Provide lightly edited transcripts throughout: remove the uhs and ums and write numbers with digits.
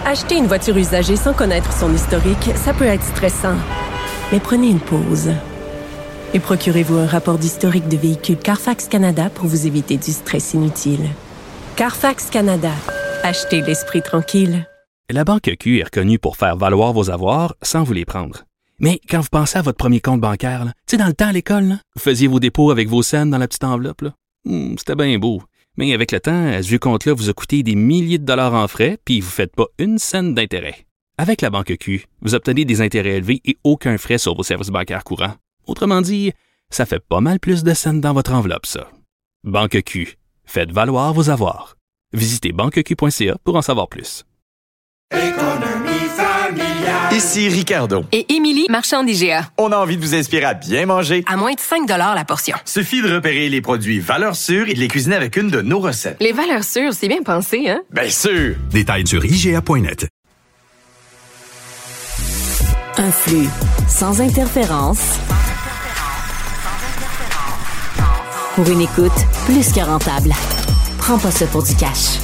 Acheter une voiture usagée sans connaître son historique, ça peut être stressant. Mais prenez une pause. Et procurez-vous un rapport d'historique de véhicule Carfax Canada pour vous éviter du stress inutile. Carfax Canada. Achetez l'esprit tranquille. La Banque Q est reconnue pour faire valoir vos avoirs sans vous les prendre. Mais quand vous pensez à votre premier compte bancaire, tu sais, dans le temps à l'école, là, vous faisiez vos dépôts avec vos scènes dans la petite enveloppe. Là. C'était bien beau. Mais avec le temps, ce vieux compte-là vous a coûté des milliers de dollars en frais, puis vous ne faites pas une scène d'intérêt. Avec la Banque Q, vous obtenez des intérêts élevés et aucun frais sur vos services bancaires courants. Autrement dit, ça fait pas mal plus de scènes dans votre enveloppe, ça. Banque Q. Faites valoir vos avoirs. Visitez banqueq.ca pour en savoir plus. Économie familiale. Ici Ricardo. Et Émilie, marchand d'IGA. On a envie de vous inspirer à bien manger. À moins de 5 $ la portion. Suffit de repérer les produits valeurs sûres et de les cuisiner avec une de nos recettes. Les valeurs sûres, c'est bien pensé, hein? Bien sûr! Détails sur IGA.net. Un flux sans interférence. Pour une écoute plus que rentable. Prends pas ça pour du cash.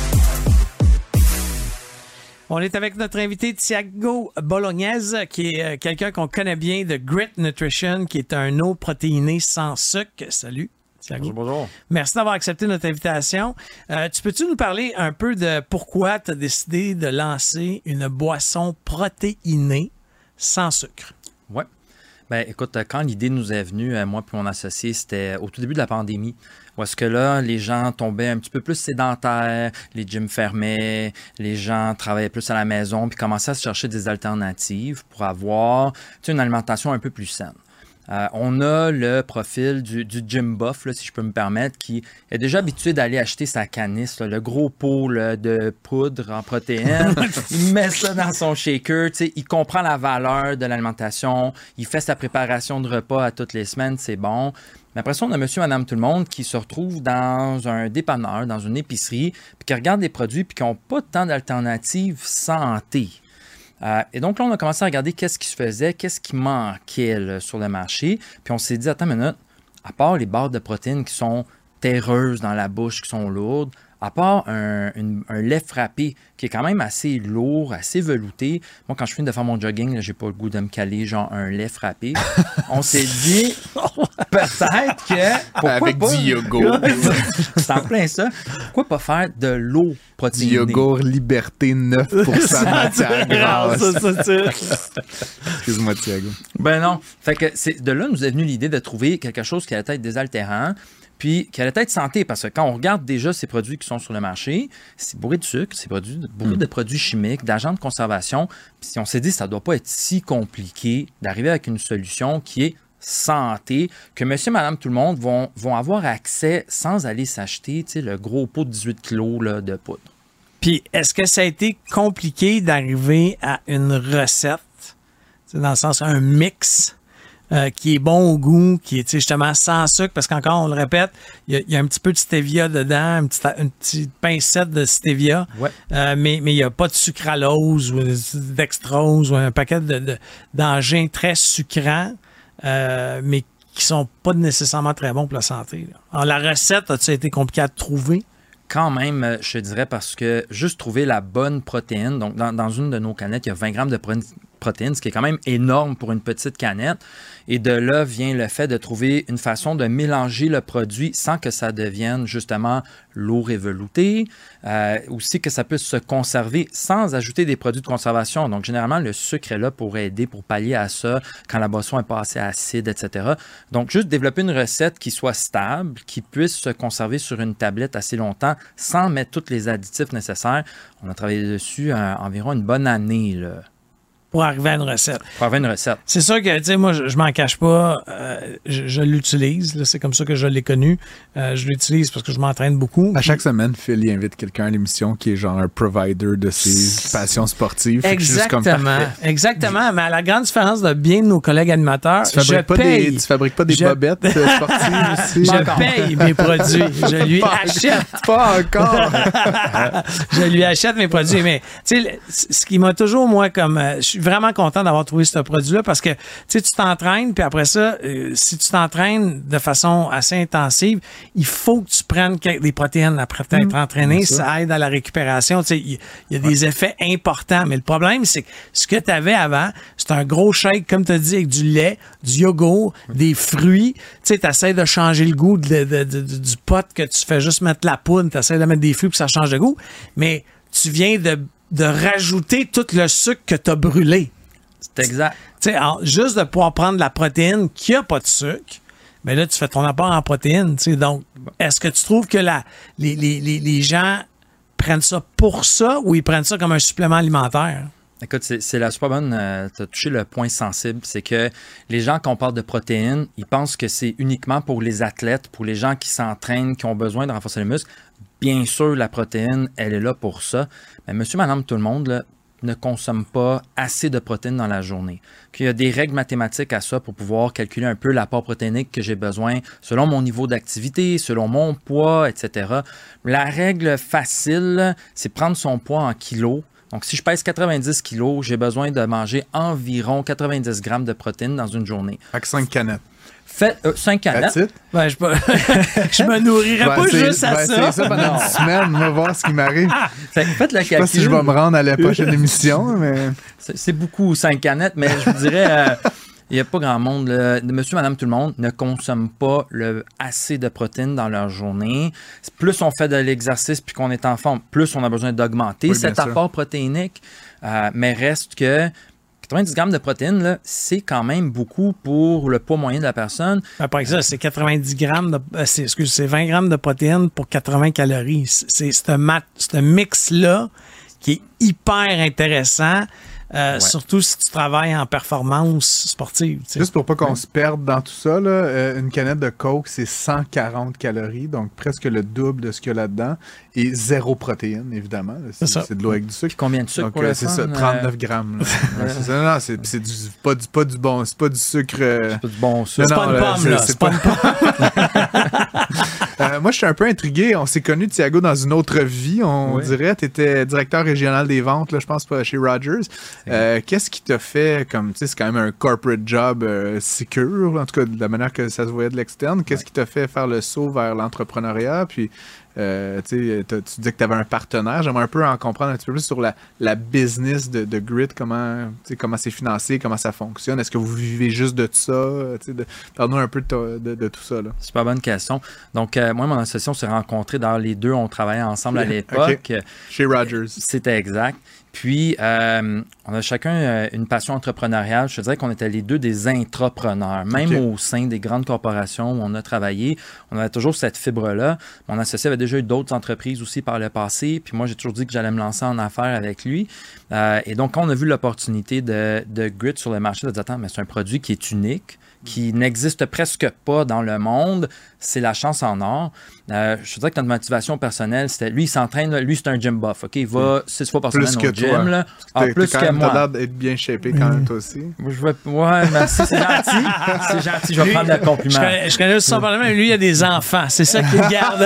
On est avec notre invité Thiago Bolognese, qui est quelqu'un qu'on connaît bien de Grit Nutrition, qui est un eau protéinée sans sucre. Salut, Thiago. Bonjour. Merci d'avoir accepté notre invitation. Tu peux-tu nous parler un peu de pourquoi tu as décidé de lancer une boisson protéinée sans sucre? Oui. Ben, écoute, quand l'idée nous est venue, moi et mon associé, c'était au tout début de la pandémie. Où est-ce que là, les gens tombaient un petit peu plus sédentaires, les gyms fermaient, les gens travaillaient plus à la maison, puis commençaient à se chercher des alternatives pour avoir une alimentation un peu plus saine. On a le profil du gym buff, là, si je peux me permettre, qui est déjà habitué d'aller acheter sa canisse, là, le gros pot là, de poudre en protéines. Il met ça dans son shaker, il comprend la valeur de l'alimentation, il fait sa préparation de repas à toutes les semaines, c'est bon. Mais après ça, on a monsieur, madame, tout le monde qui se retrouve dans un dépanneur, dans une épicerie, puis qui regarde des produits puis qui n'ont pas tant d'alternatives santé. Et donc là, on a commencé à regarder qu'est-ce qui se faisait, qu'est-ce qui manquait là, sur le marché. Puis on s'est dit, attends une minute, à part les barres de protéines qui sont terreuses dans la bouche, qui sont lourdes, à part un lait frappé qui est quand même assez lourd, assez velouté. Moi, quand je finis de faire mon jogging, j'ai pas le goût de me caler genre un lait frappé. On s'est dit, peut-être que... Avec pas, du yogourt. C'est en plein ça. Pourquoi pas faire de l'eau protéinée? Du yogourt Liberté 9% matière grasse. Excuse-moi, Thiago. Ben non. Fait que de là, nous est venue l'idée de trouver quelque chose qui allait être désaltérant, puis qui allait être santé, parce que quand on regarde déjà ces produits qui sont sur le marché, c'est bourré de sucre, c'est bourré de produits chimiques, d'agents de conservation. Puis on s'est dit, ça ne doit pas être si compliqué d'arriver avec une solution qui est santé, que monsieur, madame, tout le monde vont avoir accès sans aller s'acheter le gros pot de 18 kilos là, de poudre. Puis, est-ce que ça a été compliqué d'arriver à une recette, dans le sens un mix qui est bon au goût, qui est justement sans sucre, parce qu'encore, on le répète, il y a un petit peu de stevia dedans, une petite pincette de stevia, ouais. Mais il n'y a pas de sucralose ou dextrose ou un paquet d'engins très sucrants, mais qui sont pas nécessairement très bons pour la santé. Là. Alors, la recette, a-t-il été compliquée à trouver? Quand même, je dirais, parce que juste trouver la bonne protéine, donc dans une de nos canettes, il y a 20 grammes de protéines, ce qui est quand même énorme pour une petite canette. Et de là vient le fait de trouver une façon de mélanger le produit sans que ça devienne justement lourd et velouté. Aussi que ça puisse se conserver sans ajouter des produits de conservation. Donc, généralement, le sucre est là pour aider, pour pallier à ça quand la boisson n'est pas assez acide, etc. Donc, juste développer une recette qui soit stable, qui puisse se conserver sur une tablette assez longtemps sans mettre tous les additifs nécessaires. On a travaillé dessus environ une bonne année, là. Pour arriver à une recette. Pour arriver à une recette. C'est sûr que, tu sais, moi, je m'en cache pas. Je l'utilise. Là, c'est comme ça que je l'ai connu. Je l'utilise parce que je m'entraîne beaucoup. À chaque semaine, Phil, il invite quelqu'un à l'émission qui est genre un provider de ses passions sportives. Exactement. Exactement. Mais à la grande différence de bien de nos collègues animateurs, tu fabriques pas des bobettes sportives aussi? Je paye mes produits. Je lui achète. Pas encore. Je lui achète mes produits. Mais, tu sais, ce qui m'a toujours, moi, comme... je suis vraiment content d'avoir trouvé ce produit-là parce que tu t'entraînes, puis après ça, si tu t'entraînes de façon assez intensive, il faut que tu prennes des protéines après t'être entraîné. Ça aide à la récupération. Il y a des effets importants. Mais le problème, c'est que ce que tu avais avant, c'est un gros shake, comme tu as dit, avec du lait, du yogourt, des fruits. Tu essaies de changer le goût du pot que tu fais juste mettre la poudre. Tu essaies de mettre des fruits pour que ça change de goût. Mais tu viens de rajouter tout le sucre que tu as brûlé. C'est exact. Juste de pouvoir prendre de la protéine qui n'a pas de sucre, mais là, tu fais ton apport en protéines. Donc, est-ce que tu trouves que les gens prennent ça pour ça ou ils prennent ça comme un supplément alimentaire? Écoute, c'est la super bonne. Tu as touché le point sensible. C'est que les gens, quand on parle de protéines, ils pensent que c'est uniquement pour les athlètes, pour les gens qui s'entraînent, qui ont besoin de renforcer les muscles. Bien sûr, la protéine, elle est là pour ça. Mais monsieur, madame, tout le monde là, ne consomme pas assez de protéines dans la journée. Il y a des règles mathématiques à ça pour pouvoir calculer un peu l'apport protéinique que j'ai besoin selon mon niveau d'activité, selon mon poids, etc. La règle facile, c'est prendre son poids en kilos. Donc, si je pèse 90 kilos, j'ai besoin de manger environ 90 grammes de protéines dans une journée. Avec 5 canettes. Faites 5 canettes. Ben, je me nourrirais pas juste à ça. C'est ça pendant 10 semaines. On va voir ce qui m'arrive. Faites le calcul. Je sais pas si je vais me rendre à la prochaine émission, mais... C'est beaucoup, 5 canettes, mais je vous dirais... Il n'y a pas grand monde. Monsieur, madame, tout le monde ne consomme pas assez de protéines dans leur journée. Plus on fait de l'exercice puis qu'on est en forme, plus on a besoin d'augmenter cet apport protéinique. Mais reste que 90 grammes de protéines, là, c'est quand même beaucoup pour le poids moyen de la personne. Par exemple, c'est 90 grammes c'est 20 grammes de protéines pour 80 calories. C'est ce mix-là qui est hyper intéressant. Surtout si tu travailles en performance sportive. T'sais. Juste pour pas qu'on se perde dans tout ça, là, une canette de Coke, c'est 140 calories, donc presque le double de ce qu'il y a là-dedans, et 0 protéines, évidemment. C'est de l'eau avec du sucre. Puis combien de sucre donc, pour le c'est ça, 39 grammes. C'est pas du bon, c'est pas du sucre... C'est pas du bon sucre. C'est pas une pomme, là. C'est pas une pomme. Moi, je suis un peu intrigué. On s'est connus, Thiago, dans une autre vie, on dirait. Tu étais directeur régional des ventes, là, je pense, chez Rogers. Qu'est-ce qui t'a fait, comme, tu sais, c'est quand même un corporate job secure, en tout cas, de la manière que ça se voyait de l'externe. Qu'est-ce qui t'a fait faire le saut vers l'entrepreneuriat? Puis, tu dis que tu avais un partenaire. J'aimerais un peu en comprendre un petit peu plus sur la business de Grit, comment c'est financé, comment ça fonctionne. Est-ce que vous vivez juste de ça? Parle-nous un peu de tout ça. Là. Super bonne question. Donc, moi, mon association, on s'est rencontrés dans les deux. On travaillait ensemble à l'époque. Okay. Chez Rogers. C'était exact. Puis, on a chacun une passion entrepreneuriale. Je te dirais qu'on était les deux des intrapreneurs. Même au sein des grandes corporations où on a travaillé, on avait toujours cette fibre-là. Mon associé avait déjà eu d'autres entreprises aussi par le passé. Puis moi, j'ai toujours dit que j'allais me lancer en affaires avec lui. Et donc, quand on a vu l'opportunité de Grit sur le marché, on a dit, attends, mais c'est un produit qui est unique, qui n'existe presque pas dans le monde. C'est la chance en or. Je dirais que notre motivation personnelle, c'était lui, il s'entraîne, lui, c'est un gym buff. OK? Il va 6 fois par semaine au gym. Là. Plus que moi. T'as l'air d'être bien shapé quand même, toi aussi. Ouais, merci, c'est gentil. C'est gentil, je vais prendre le compliment. Je connais juste son parlement, mais lui, il a des enfants. C'est ça qu'il garde.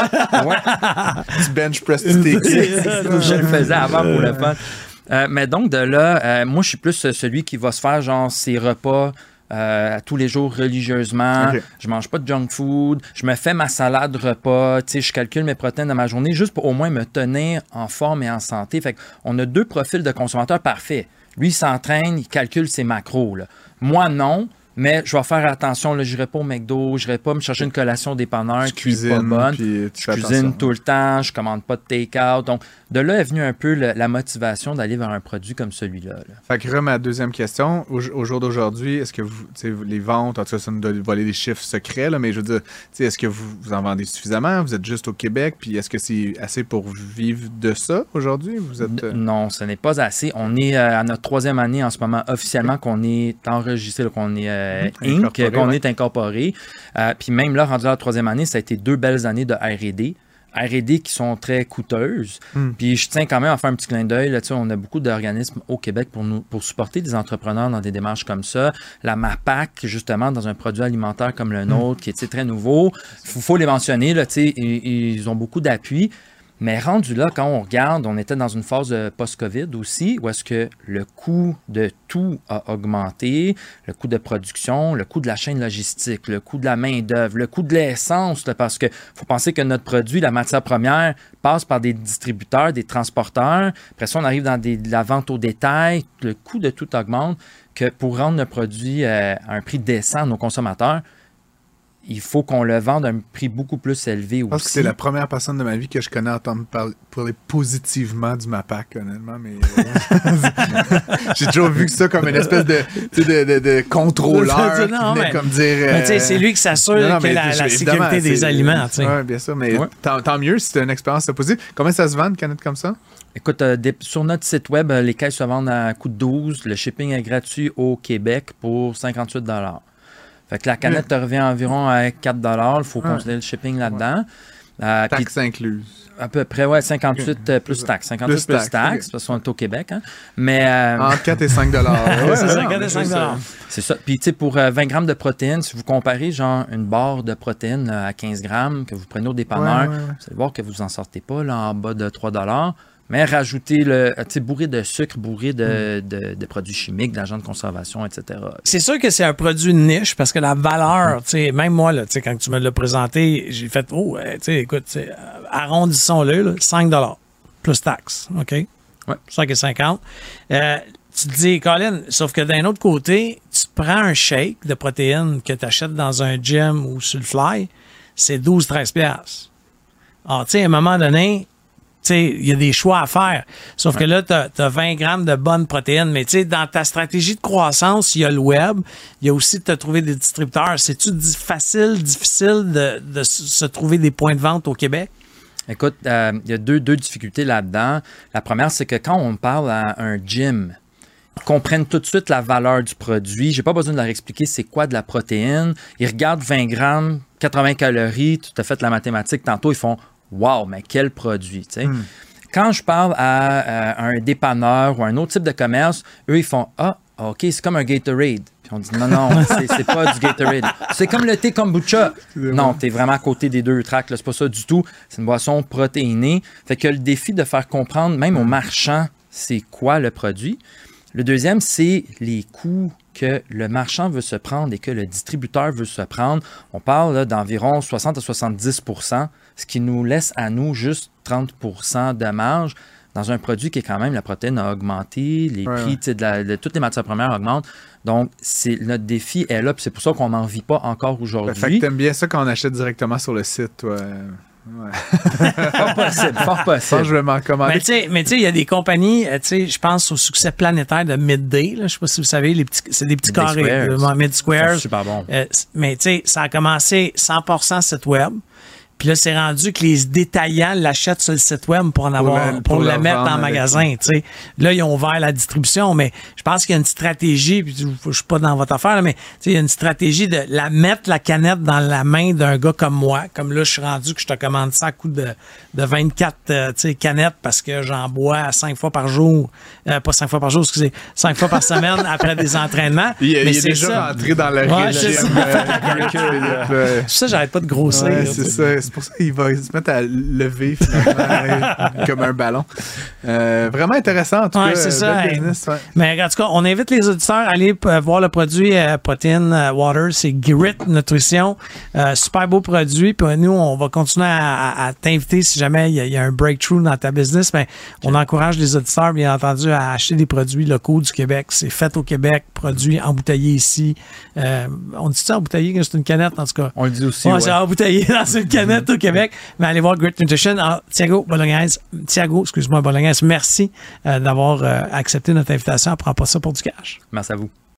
Tu bench press to take. Je le faisais avant pour le fun. Mais donc, de là, moi, je suis plus celui qui va se faire, genre, ses repas tous les jours religieusement. Je mange pas de junk food. Je me fais ma salade repas. Je calcule mes protéines dans ma journée juste pour au moins me tenir en forme et en santé. Fait qu'on a deux profils de consommateurs parfaits. Lui, il s'entraîne, il calcule ses macros. Là. Moi, non. Mais je vais faire attention, je n'irai pas au McDo, je n'irai pas me chercher une collation dépanneur qui n'est pas bonne. Je cuisine tout le temps, je ne commande pas de take-out. Donc, de là est venue un peu la motivation d'aller vers un produit comme celui-là. Là. Fait que, ma deuxième question, au jour d'aujourd'hui, est-ce que les ventes, en tout cas, ça nous doit voler des chiffres secrets, là, mais je veux dire, est-ce que vous en vendez suffisamment? Vous êtes juste au Québec, puis est-ce que c'est assez pour vivre de ça aujourd'hui? Non, ce n'est pas assez. On est à notre 3e année en ce moment, officiellement, qu'on est enregistré, là, qu'on est Inc., qu'on est incorporé. Puis même là, rendu à la 3e année, ça a été 2 belles années de R&D. R&D qui sont très coûteuses. Puis je tiens quand même à faire un petit clin d'œil. Là, on a beaucoup d'organismes au Québec pour supporter des entrepreneurs dans des démarches comme ça. La MAPAC, justement, dans un produit alimentaire comme le nôtre, qui est très nouveau. Il faut les mentionner. Là, ils ont beaucoup d'appui. Mais rendu là, quand on regarde, on était dans une phase post-COVID aussi, où est-ce que le coût de tout a augmenté, le coût de production, le coût de la chaîne logistique, le coût de la main-d'œuvre, le coût de l'essence, là, parce qu'il faut penser que notre produit, la matière première, passe par des distributeurs, des transporteurs. Après ça, on arrive dans la vente au détail. Le coût de tout augmente. Que pour rendre le produit à un prix décent à nos consommateurs, il faut qu'on le vende à un prix beaucoup plus élevé aussi. Je pense que c'est la première personne de ma vie que je connais à entendre parler positivement du MAPAC, honnêtement, mais j'ai toujours vu ça comme une espèce de contrôleur comme dire... Mais c'est lui qui s'assure que la sécurité des aliments. Oui, bien sûr, mais tant mieux si c'est une expérience positive. Comment ça se vend, une canette comme ça? Écoute, sur notre site web, les caisses se vendent à coût de 12. Le shipping est gratuit au Québec pour 58 $. Fait que la canette te revient environ à 4 $. Il faut considérer le shipping là-dedans. Taxes incluses. À peu près, 58 plus taxes. 58 plus taxes, parce qu'on est au Québec. Hein. Mais, entre 4 et 5 $. C'est ça, 4 et 5 $. C'est ça. Puis, tu sais, pour 20 grammes de protéines, si vous comparez, genre, une barre de protéines à 15 grammes que vous prenez au dépanneur, vous allez voir que vous n'en sortez pas là, en bas de 3 $. Mais rajouter bourré de sucre, bourré de produits chimiques, d'agents de conservation, etc. C'est sûr que c'est un produit de niche parce que la valeur, même moi, là, quand tu me l'as présenté, j'ai fait, écoute, arrondissons-le, là, 5 $ plus taxes, OK? Ouais. 5,50 $. Tu te dis, Colin, sauf que d'un autre côté, tu prends un shake de protéines que tu achètes dans un gym ou sur le fly, c'est 12-13 $. Alors, tu sais, à un moment donné, il y a des choix à faire. Sauf que là, tu as 20 grammes de bonnes protéines. Mais dans ta stratégie de croissance, il y a le web. Il y a aussi de te trouver des distributeurs. C'est-tu difficile de se trouver des points de vente au Québec? Écoute, il y a deux difficultés là-dedans. La première, c'est que quand on parle à un gym, ils comprennent tout de suite la valeur du produit. J'ai pas besoin de leur expliquer c'est quoi de la protéine. Ils regardent 20 grammes, 80 calories. Tu as fait la mathématique tantôt. Ils font wow, mais quel produit, tu sais. Quand je parle à un dépanneur ou un autre type de commerce, eux, ils font OK, c'est comme un Gatorade. Puis on dit non, c'est pas du Gatorade. C'est comme le thé kombucha. Non, t'es vraiment à côté des deux tracks, là, c'est pas ça du tout. C'est une boisson protéinée. Fait que le défi de faire comprendre, même aux marchands, c'est quoi le produit. Le deuxième, c'est les coûts que le marchand veut se prendre et que le distributeur veut se prendre. On parle là, d'environ 60 à 70 %, ce qui nous laisse à nous juste 30 % de marge dans un produit qui est quand même, la protéine a augmenté, les prix de toutes les matières premières augmentent. Donc, notre défi est là, puis c'est pour ça qu'on n'en vit pas encore aujourd'hui. Fait que t'aimes bien ça quand on achète directement sur le site, toi. Fort possible. Je vais m'en commander. Mais tu sais, il y a des compagnies, je pense au succès planétaire de Midday, je ne sais pas si vous savez, c'est des petits carrés. Mid-Squares. C'est super bon. Mais tu sais, ça a commencé 100% site web. Puis là, c'est rendu que les détaillants l'achètent sur le site web pour le mettre en magasin. T'sais. Là, ils ont ouvert la distribution, mais je pense qu'il y a une stratégie, puis je suis pas dans votre affaire, là, mais il y a une stratégie de mettre la canette dans la main d'un gars comme moi. Comme là, je suis rendu que je te commande ça à coup de 24 canettes parce que j'en bois 5 fois par jour. Pas 5 fois par jour, excusez. 5 fois par semaine après des entraînements. Il est déjà rentré dans le régime. C'est ça, j'arrête pas de grossir. C'est ça. C'est pour ça qu'il va se mettre à lever finalement comme un ballon. Vraiment intéressant en tout cas. C'est ça. Business, Mais en tout cas, on invite les auditeurs à aller voir le produit Protein Water. C'est Grit Nutrition. Super beau produit. Puis nous, on va continuer à t'inviter si jamais il y a un breakthrough dans ta business. Mais on encourage les auditeurs, bien entendu, à acheter des produits locaux du Québec. C'est fait au Québec, produit embouteillé ici. On dit ça embouteillé quand c'est une canette, en tout cas. On le dit aussi. C'est embouteillé dans une canette au Québec. Mais allez voir Grit Nutrition. Alors, Thiago Bolognese, merci d'avoir accepté notre invitation. On prend pas ça pour du cash. Merci à vous.